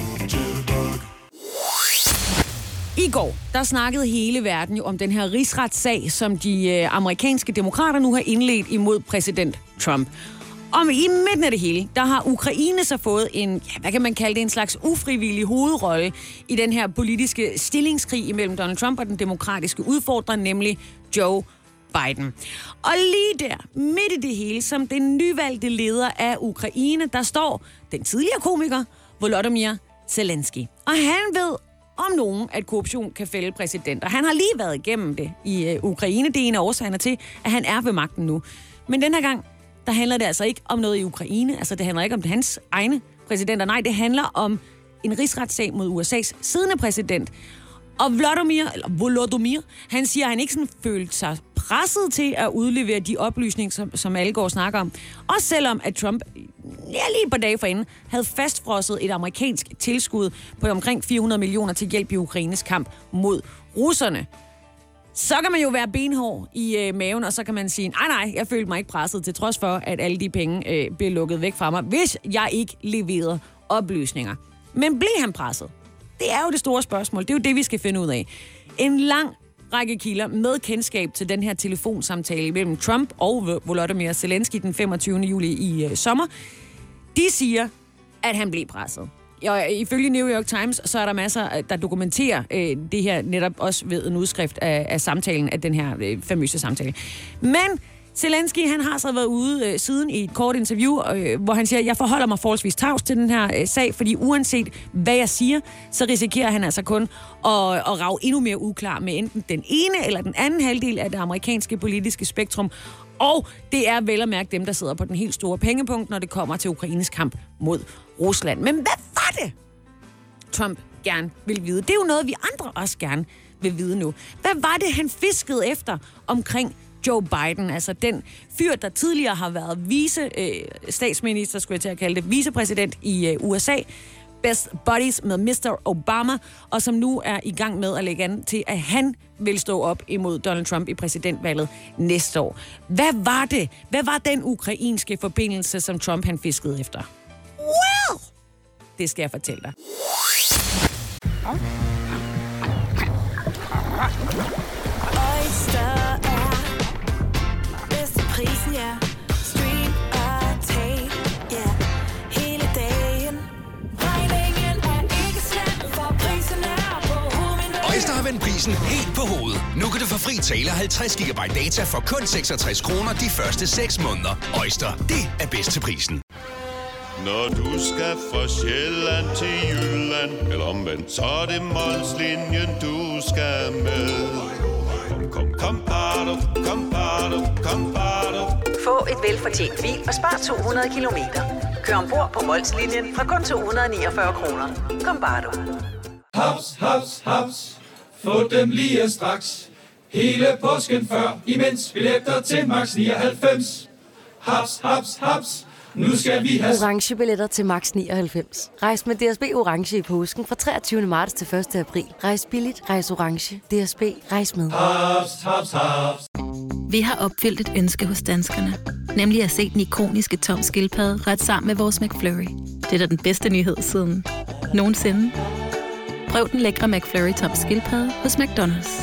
I går, der snakkede hele verden jo om den her rigsretssag, som de øh, amerikanske demokrater nu har indledt imod præsident Trump. Og i midten af det hele, der har Ukraine så fået en, ja, hvad kan man kalde det, en slags ufrivillig hovedrolle i den her politiske stillingskrig imellem Donald Trump og den demokratiske udfordrer, nemlig Joe Biden. Og lige der, midt i det hele, som den nyvalgte leder af Ukraine, der står den tidligere komiker Volodymyr Zelensky. Og han ved om nogen, at korruption kan fælde præsidenter. Han har lige været igennem det i øh, Ukraine. Det er en af årsagerne til, at han er ved magten nu. Men den her gang, der handler det altså ikke om noget i Ukraine. Altså, det handler ikke om hans egne præsidenter. Nej, det handler om en rigsretssag mod U S A's siddende præsident. Og Volodymyr, eller Volodymyr, han siger, at han ikke sådan følte sig presset til at udlevere de oplysninger, som, som alle går og snakker om. Også selvom, at Trump ja, lige et par dage forinden havde fastfrosset et amerikansk tilskud på omkring fire hundrede millioner til hjælp i Ukraines kamp mod russerne. Så kan man jo være benhård i øh, maven, og så kan man sige, nej, nej, jeg følte mig ikke presset, til trods for, at alle de penge øh, blev lukket væk fra mig, hvis jeg ikke leverede oplysninger. Men blev han presset? Det er jo det store spørgsmål. Det er jo det, vi skal finde ud af. En lang række kilder med kendskab til den her telefonsamtale mellem Trump og Volodymyr Zelensky den femogtyvende juli i øh, sommer, de siger, at han blev presset. Og ifølge New York Times, så er der masser, der dokumenterer øh, det her netop også ved en udskrift af, af samtalen, af den her øh, famøse samtale. Men Zelensky, han har så været ude øh, siden i et kort interview, øh, hvor han siger, jeg forholder mig forholdsvis tavs til den her øh, sag, fordi uanset hvad jeg siger, så risikerer han altså kun at, at rage endnu mere uklar med enten den ene eller den anden halvdel af det amerikanske politiske spektrum. Og det er vel at mærke dem, der sidder på den helt store pengepunkt, når det kommer til Ukraines kamp mod Rusland. Men hvad var det, Trump gerne vil vide? Det er jo noget, vi andre også gerne vil vide nu. Hvad var det, han fiskede efter omkring Joe Biden, altså den fyr, der tidligere har været vice øh, statsminister, skulle jeg til at kalde det, vicepræsident i øh, U S A, best buddies med mister Obama, og som nu er i gang med at lægge an til, at han vil stå op imod Donald Trump i præsidentvalget næste år. Hvad var det? Hvad var den ukrainske forbindelse, som Trump han fiskede efter? Well! Det skal jeg fortælle dig. Oyster er bedst til prisen, ja. Stream og tag, ja. Hele dagen. Regningen er ikke slem, for prisen er på hovedet. Oyster har vendt prisen helt på hovedet. Nu kan du få fri tale halvtreds gigabyte data for kun seksogtres kroner de første seks måneder. Oyster, det er bedst til prisen. Når du skal fra Sjælland til Jylland, eller omvendt, så er det Molslinjen, du skal med. Kom, kom, kom, bado, kom, bado, kom, bado. Få et velfortjent bil og spar to hundrede kilometer. Kør ombord på Molslinjen fra kun to hundrede niogfyrre kroner. Kom, bare du. Haps, haps, haps. Få dem lige straks. Hele påsken før, imens billetter til max nioghalvfems. Haps, haps, haps. Nu skal vi have orange billetter til max nioghalvfems. Rejs med D S B Orange i påsken fra treogtyvende marts til første april. Rejs billigt, rejs orange. D S B, rejs med. haps, haps, haps. Vi har opfyldt et ønske hos danskerne. Nemlig at se den ikoniske tom skildpadde ret sammen med vores McFlurry. Det er da den bedste nyhed siden nogensinde. Prøv den lækre McFlurry tom skildpadde hos McDonald's.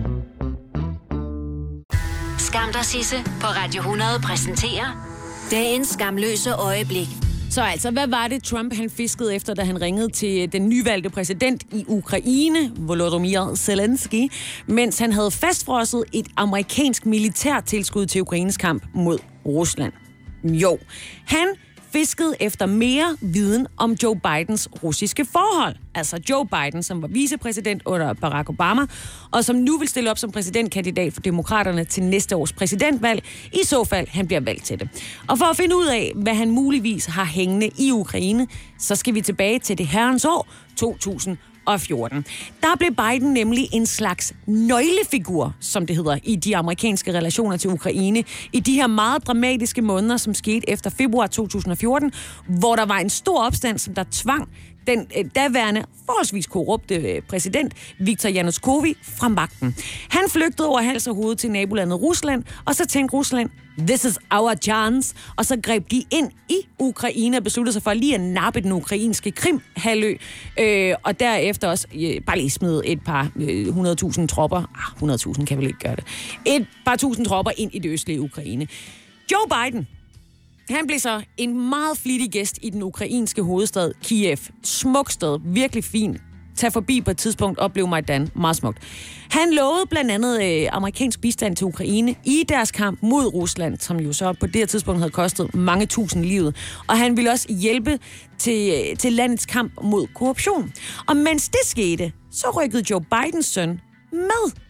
Skam dig, Sisse på Radio hundrede præsenterer dagens skamløse øjeblik. Så altså, hvad var det, Trump han fiskede efter, da han ringede til den nyvalgte præsident i Ukraine, Volodymyr Zelensky, mens han havde fastfrosset et amerikansk militærtilskud til Ukraines kamp mod Rusland? Jo, han fiskede efter mere viden om Joe Bidens russiske forhold. Altså Joe Biden, som var vicepræsident under Barack Obama, og som nu vil stille op som præsidentkandidat for demokraterne til næste års præsidentvalg, i så fald han bliver valgt til det. Og for at finde ud af, hvad han muligvis har hængende i Ukraine, så skal vi tilbage til det herrens år to tusind og fjorten. Der blev Biden nemlig en slags nøglefigur, som det hedder, i de amerikanske relationer til Ukraine, i de her meget dramatiske måneder, som skete efter februar to tusind og fjorten, hvor der var en stor opstand, som der tvang den øh, daværende, forholdsvis korrupte øh, præsident, Viktor Yanukovych, fra magten. Han flygtede over hals og hoved til nabolandet Rusland, og så tænkte Rusland, this is our chance, og så greb de ind i Ukraine og besluttede sig for lige at nappe den ukrainske Krim-halvø, øh, og derefter også øh, bare lige smide et par øh, hundredtusind tropper, ah, hundrede tusind kan vel ikke gøre det, et par tusind tropper ind i det østlige Ukraine. Joe Biden, han blev så en meget flittig gæst i den ukrainske hovedstad Kiev. Smukt sted, virkelig fint. Tag forbi på et tidspunkt, oplev Majdan. Meget smukt. Han lovede blandt andet øh, amerikansk bistand til Ukraine i deres kamp mod Rusland, som jo så på det her tidspunkt havde kostet mange tusind livet. Og han ville også hjælpe til, øh, til landets kamp mod korruption. Og mens det skete, så rykkede Joe Bidens søn med ind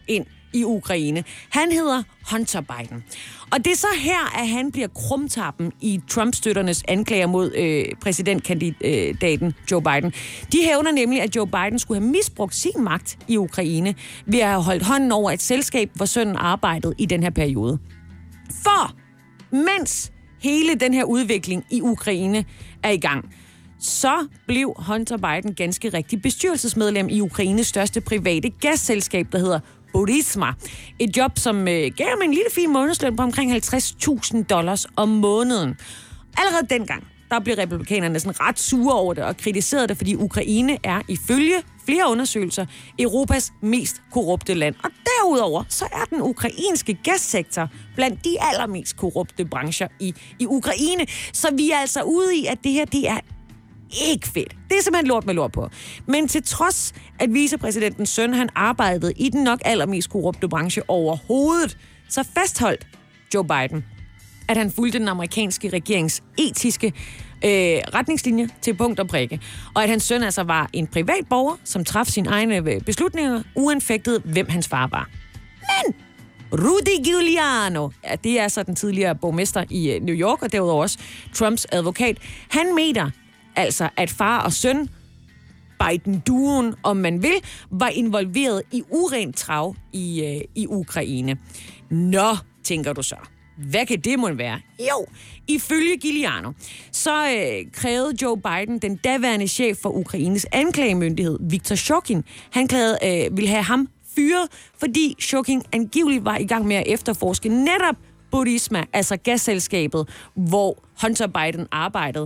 i Ukraine. Han hedder Hunter Biden. Og det er så her, at han bliver krumtappen i Trump-støtternes anklager mod øh, præsidentkandidaten Joe Biden. De hævner nemlig, at Joe Biden skulle have misbrugt sin magt i Ukraine ved at have holdt hånden over et selskab, hvor sønnen arbejdede i den her periode. For mens hele den her udvikling i Ukraine er i gang, så blev Hunter Biden ganske rigtig bestyrelsesmedlem i Ukraines største private gasselskab, der hedder Burisma. Et job, som øh, gav ham en lille fin månedsløn på omkring halvtreds tusind dollars om måneden. Allerede dengang, der blev republikanerne sådan ret sure over det og kritiserede det, fordi Ukraine er ifølge flere undersøgelser Europas mest korrupte land. Og derudover, så er den ukrainske gassektor blandt de allermest korrupte brancher i, i Ukraine. Så vi er altså ude i, at det her, det er ikke fedt. Det er simpelthen lort med lort på. Men til trods, at vicepræsidentens søn, han arbejdede i den nok allermest korrupte branche overhovedet, så fastholdt Joe Biden, at han fulgte den amerikanske regerings etiske øh, retningslinjer til punkt og prikke. Og at hans søn altså var en privat borger, som traf sine egne beslutninger, uanfægtet hvem hans far var. Men Rudy Giuliani, ja, det er så den tidligere borgmester i New York, og derudover også Trumps advokat, han mener altså, at far og søn, Biden-duoen, om man vil, var involveret i urent trav i, øh, i Ukraine. Nå, tænker du så. Hvad kan det måtte være? Jo, ifølge Giuliani, så øh, krævede Joe Biden, den daværende chef for Ukraines anklagemyndighed, Viktor Shokin, han krævede, øh, ville have ham fyret, fordi Shokin angiveligt var i gang med at efterforske netop Burisma, altså gasselskabet, hvor Hunter Biden arbejdede.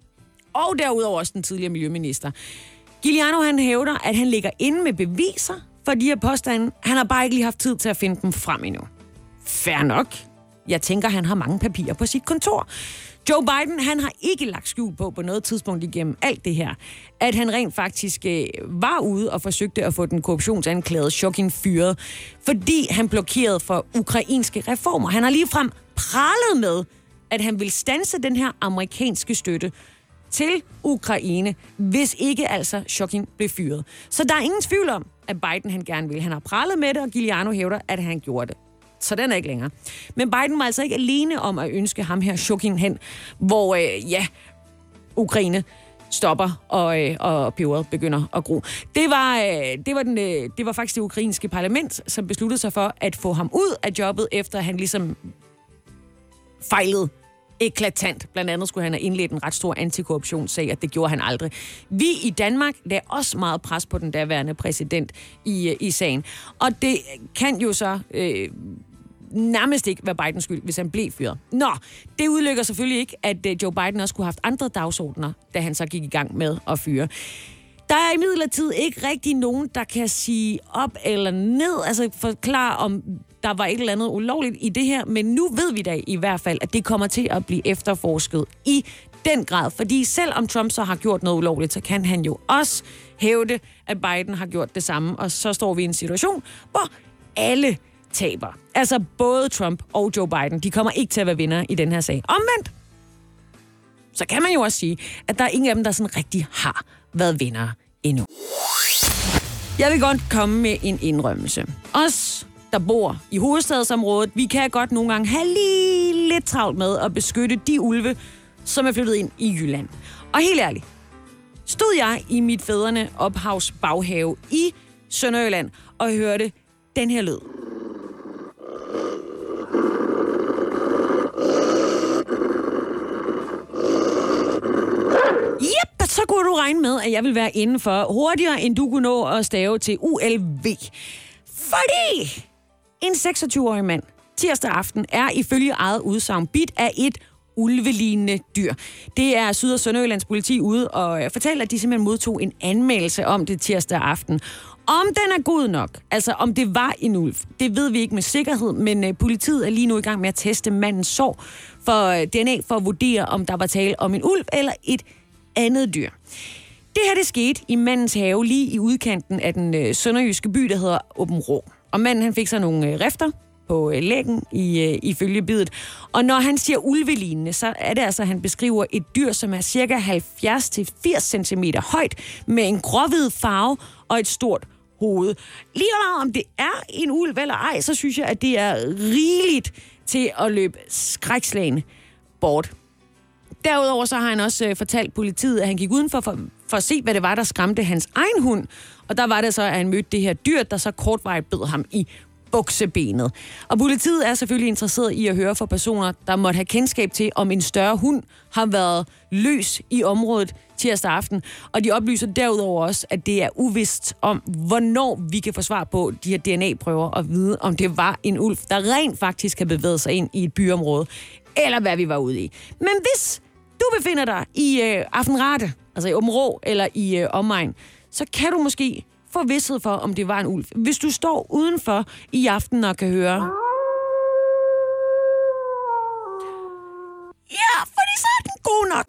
Og derudover også den tidligere miljøminister. Giuliani, han hævder, at han ligger inde med beviser for de her påstande. Han har bare ikke lige haft tid til at finde dem frem endnu. Fair nok. Jeg tænker, han har mange papirer på sit kontor. Joe Biden, han har ikke lagt skjul på på noget tidspunkt igennem alt det her, at han rent faktisk øh, var ude og forsøgte at få den korruptionsanklagede Shokin fyret, fordi han blokerede for ukrainske reformer. Han har ligefrem pralet med, at han vil standse den her amerikanske støtte til Ukraine, hvis ikke altså Shokin blev fyret. Så der er ingen tvivl om, at Biden han gerne vil. Han har pralet med det, og Giuliani hævder, at han gjorde det. Så den er ikke længere. Men Biden var altså ikke alene om at ønske ham her Shokin hen, hvor, øh, ja, Ukraine stopper, og, øh, og peberet begynder at gro. Det var, øh, det, var den, øh, det var faktisk det ukrainske parlament, som besluttede sig for at få ham ud af jobbet, efter han ligesom fejlede eklatant. Blandt andet skulle han have indledt en ret stor antikorruptionssag, og det gjorde han aldrig. Vi i Danmark lagde også meget pres på den daværende præsident i, i sagen. Og det kan jo så øh, nærmest ikke være Bidens skyld, hvis han blev fyret. Nå, det udelukker selvfølgelig ikke, at øh, Joe Biden også kunne have haft andre dagsordner, da han så gik i gang med at fyre. Der er imidlertid ikke rigtig nogen, der kan sige op eller ned, altså forklare om der var et eller andet ulovligt i det her, men nu ved vi da i hvert fald, at det kommer til at blive efterforsket i den grad. Fordi selvom Trump så har gjort noget ulovligt, så kan han jo også hævde, at Biden har gjort det samme. Og så står vi i en situation, hvor alle taber. Altså både Trump og Joe Biden, de kommer ikke til at være vinder i den her sag. Omvendt, så kan man jo også sige, at der er ingen af dem, der sådan rigtig har været vinder endnu. Jeg vil godt komme med en indrømmelse. Os, der bor i hovedstadsområdet, vi kan godt nogle gange have lige lidt travlt med at beskytte de ulve, som er flyttet ind i Jylland. Og helt ærligt, stod jeg i mit fædrene ophavs baghave i Sønderjylland og hørte den her lyd. Yep, så kunne du regne med, at jeg vil være inden for hurtigere, end du kunne nå at stave til U L V. Fordi en seksogtyve-årig mand tirsdag aften er ifølge eget udsagn bidt af et ulvelignende dyr. Det er Syd- og Sønderjyllands politi ude og fortæller, at de simpelthen modtog en anmeldelse om det tirsdag aften. Om den er god nok, altså om det var en ulv, det ved vi ikke med sikkerhed, men politiet er lige nu i gang med at teste mandens sår for D N A for at vurdere, om der var tale om en ulv eller et andet dyr. Det her, det skete i mandens have lige i udkanten af den sønderjyske by, der hedder Åbenrå. Og manden, han fik så nogle rifter på læggen i, ifølge bidet. Og når han siger ulvelignende, så er det altså, at han beskriver et dyr, som er cirka halvfjerds til firs centimeter højt, med en gråhvid farve og et stort hoved. Lige meget om det er en ulv eller ej, så synes jeg, at det er rigeligt til at løbe skrækslagen bort. Derudover så har han også øh, fortalt politiet, at han gik udenfor for, for at se, hvad det var, der skræmte hans egen hund. Og der var det så, at han mødte det her dyr, der så kortvarigt bed ham i buksebenet. Og politiet er selvfølgelig interesseret i at høre fra personer, der måtte have kendskab til, om en større hund har været løs i området tirsdag aften. Og de oplyser derudover også, at det er uvist om, hvornår vi kan få svar på de her D N A-prøver og vide, om det var en ulv, der rent faktisk har bevæget sig ind i et byområde, eller hvad vi var ude i. Men hvis du befinder dig i øh, Aftenrate, altså i Aabenraa eller i øh, omegn, så kan du måske få vished for, om det var en ulv. Hvis du står udenfor i aften og kan høre... Ja, fordi så er den god nok.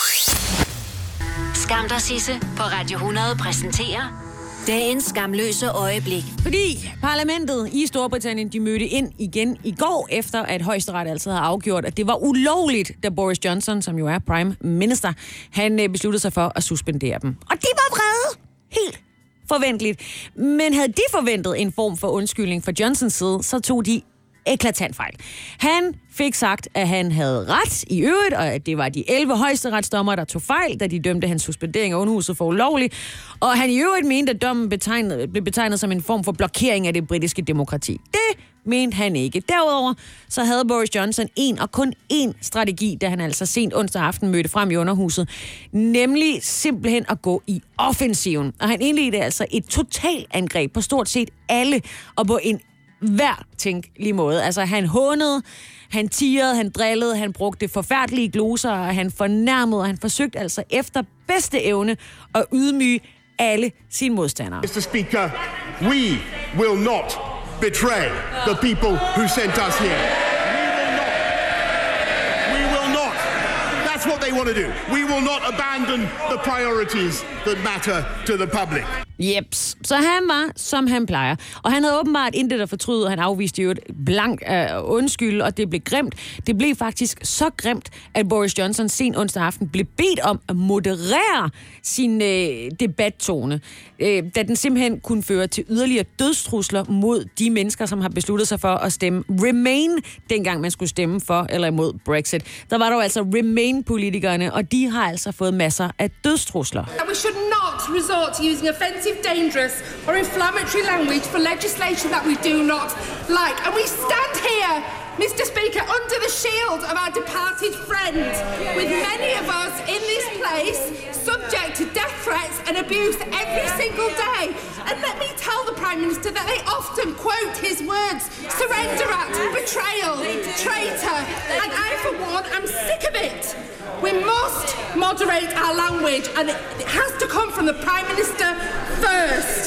Skam dig, Sisse på Radio hundrede præsenterer dagens skamløse øjeblik. Fordi parlamentet i Storbritannien, de mødte ind igen i går, efter at højesteret altså havde afgjort, at det var ulovligt, da Boris Johnson, som jo er prime minister, han besluttede sig for at suspendere dem. Og de var vrede. Helt forventeligt. Men havde de forventet en form for undskyldning fra Johnsons side, så tog de eklatant fejl. Han fik sagt, at han havde ret i øvrigt, og at det var de elleve højesteretsdommere, der tog fejl, da de dømte hans suspendering af underhuset for ulovlig. Og han i øvrigt mente, at dommen betegnet, blev betegnet som en form for blokering af det britiske demokrati. Det mente han ikke. Derudover så havde Boris Johnson en og kun én strategi, da han altså sent onsdag aften mødte frem i underhuset, nemlig simpelthen at gå i offensiven. Og han indledte altså et totalangreb på stort set alle, og på en hver tænkelig måde. Altså, han hånede, han tirrede, han drillede, han brugte forfærdelige gloser, og han fornærmede, og han forsøgte altså efter bedste evne at ydmyge alle sine modstandere. mister Speaker, we will not betray the people who sent us here. We will not. We will not. That's what they want to do. We will not abandon the priorities that matter to the public. Jeps. Så han var, som han plejer. Og han havde åbenbart intet at fortryde, og han afviste jo et blank af uh, undskyld, og det blev grimt. Det blev faktisk så grimt, at Boris Johnson sen onsdag aften blev bedt om at moderere sin øh, debattone, øh, da den simpelthen kunne føre til yderligere dødstrusler mod de mennesker, som har besluttet sig for at stemme Remain, dengang man skulle stemme for eller imod Brexit. Der var dog altså Remain-politikerne, og de har altså fået masser af dødstrusler. We should not resort to using offensive, dangerous or inflammatory language for legislation that we do not like. And we stand here, Mister Speaker, under the shield of our departed friend, with many of us in this place subject to death threats and abuse every single day. And let me tell the Prime Minister that they often quote his words: surrender act, betrayal, traitor. And I, for one, am sick of it. We must moderate our language, and it has to come from the Prime Minister first.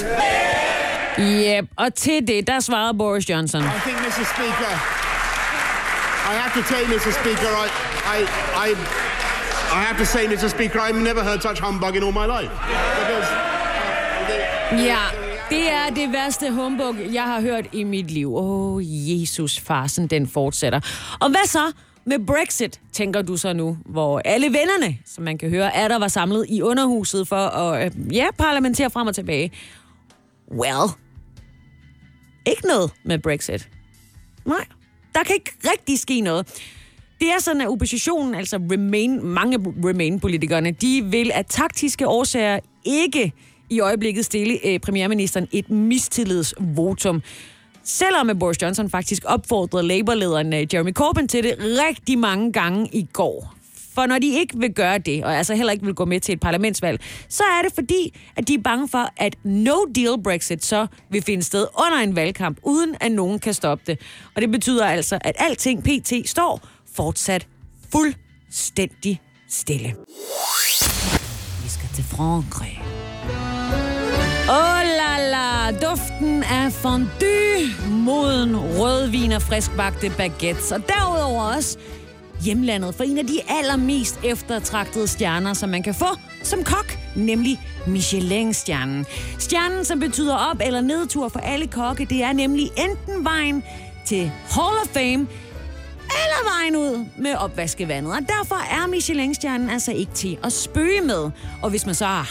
Yep, og til det, der svarede Boris Johnson. I think, mister Speaker, I have to tell you, mister Speaker, I, I, I, I have to say, mister Speaker, I've never heard such humbug in all my life. Because, uh, the, ja, det er det værste humbug, jeg har hørt i mit liv. Åh, oh, Jesus, farsen, den fortsætter. Og hvad så med Brexit, tænker du så nu, hvor alle vennerne, som man kan høre, er der var samlet i underhuset for at, øh, ja, parlamentere frem og tilbage. Well, ikke noget med Brexit. Nej, der kan ikke rigtig ske noget. Det er sådan, at oppositionen, altså Remain, mange Remain-politikerne, de vil af taktiske årsager ikke i øjeblikket stille øh, premierministeren et mistillidsvotum. Selvom Boris Johnson faktisk opfordrede Labour-lederen Jeremy Corbyn til det rigtig mange gange i går. For når de ikke vil gøre det, og altså heller ikke vil gå med til et parlamentsvalg, så er det fordi, at de er bange for, at no-deal Brexit så vil finde sted under en valgkamp, uden at nogen kan stoppe det. Og det betyder altså, at alting pt. Står fortsat fuldstændig stille. Vi skal til Frankrig. Oh la la, duften af fondue, moden, rødvin og friskbagte baguettes. Og derudover også hjemlandet for en af de allermest eftertragtede stjerner, som man kan få som kok, nemlig Michelin-stjernen. Stjernen, som betyder op- eller nedtur for alle kokke, det er nemlig enten vejen til Hall of Fame, eller vejen ud med opvaskevandet. Og derfor er Michelin-stjernen altså ikke til at spøge med. Og hvis man så har haft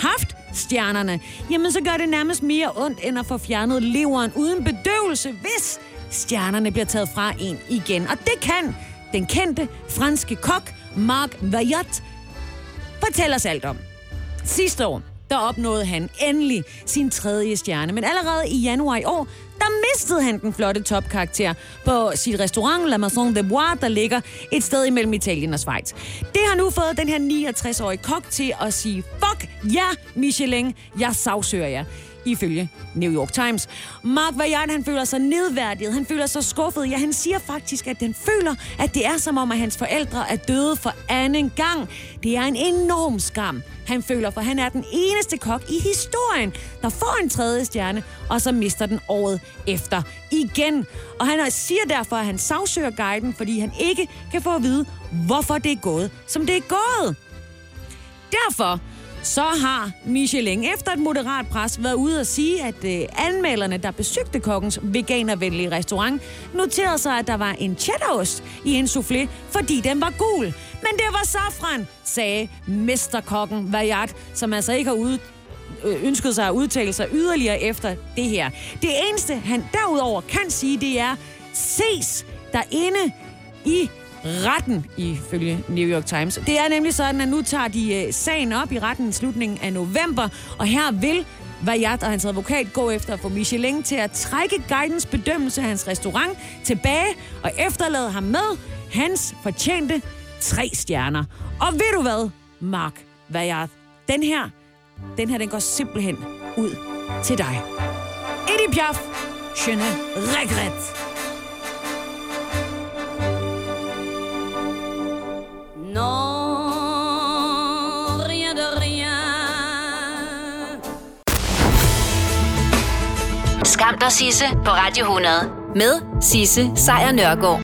stjernerne, jamen så gør det nærmest mere ondt, end at få fjernet leveren uden bedøvelse, hvis stjernerne bliver taget fra en igen. Og det kan den kendte franske kok Marc Vaillant fortælle os alt om. Sidste år, der opnåede han endelig sin tredje stjerne, men allerede i januar i år, der mistede han den flotte topkarakter på sit restaurant La Maison de Bois, der ligger et sted imellem Italien og Schweiz. Det har nu fået den her niogtres-årige kok til at sige, fuck ja, yeah, Michelin, jeg sagsøger jer. Ifølge New York Times. Marc Vaillant, han føler sig nedværdiget, han føler sig skuffet. Ja, han siger faktisk, at han føler, at det er som om, at hans forældre er døde for anden gang. Det er en enorm skam, han føler, for han er den eneste kok i historien, der får en tredje stjerne, og så mister den året efter igen. Og han siger derfor, at han sagsøger guiden, fordi han ikke kan få at vide, hvorfor det er gået, som det er gået. Derfor så har Michelin efter et moderat pres været ude at sige, at øh, anmelderne, der besøgte kokkens veganervenlige restaurant, noterede sig, at der var en cheddarost i en soufflé, fordi den var gul. Men det var safran, sagde mesterkokken Vaillant, som altså ikke har ude, øh, ønsket sig at udtale sig yderligere efter det her. Det eneste, han derudover kan sige, det er, ses derinde i retten, ifølge New York Times. Det er nemlig sådan, at nu tager de øh, sagen op i retten i slutningen af november, og her vil Vaillant og hans advokat gå efter at få Michelin til at trække guidens bedømmelse af hans restaurant tilbage og efterlade ham med hans fortjente tre stjerner. Og ved du hvad, Marc Vaillant? Den her, den her, den går simpelthen ud til dig. Edith Piaf, Je ne regrette. Non, rien de rien. Skam dig, Sisse, på Radio hundrede. Med Sisse Sejr Nørgaard.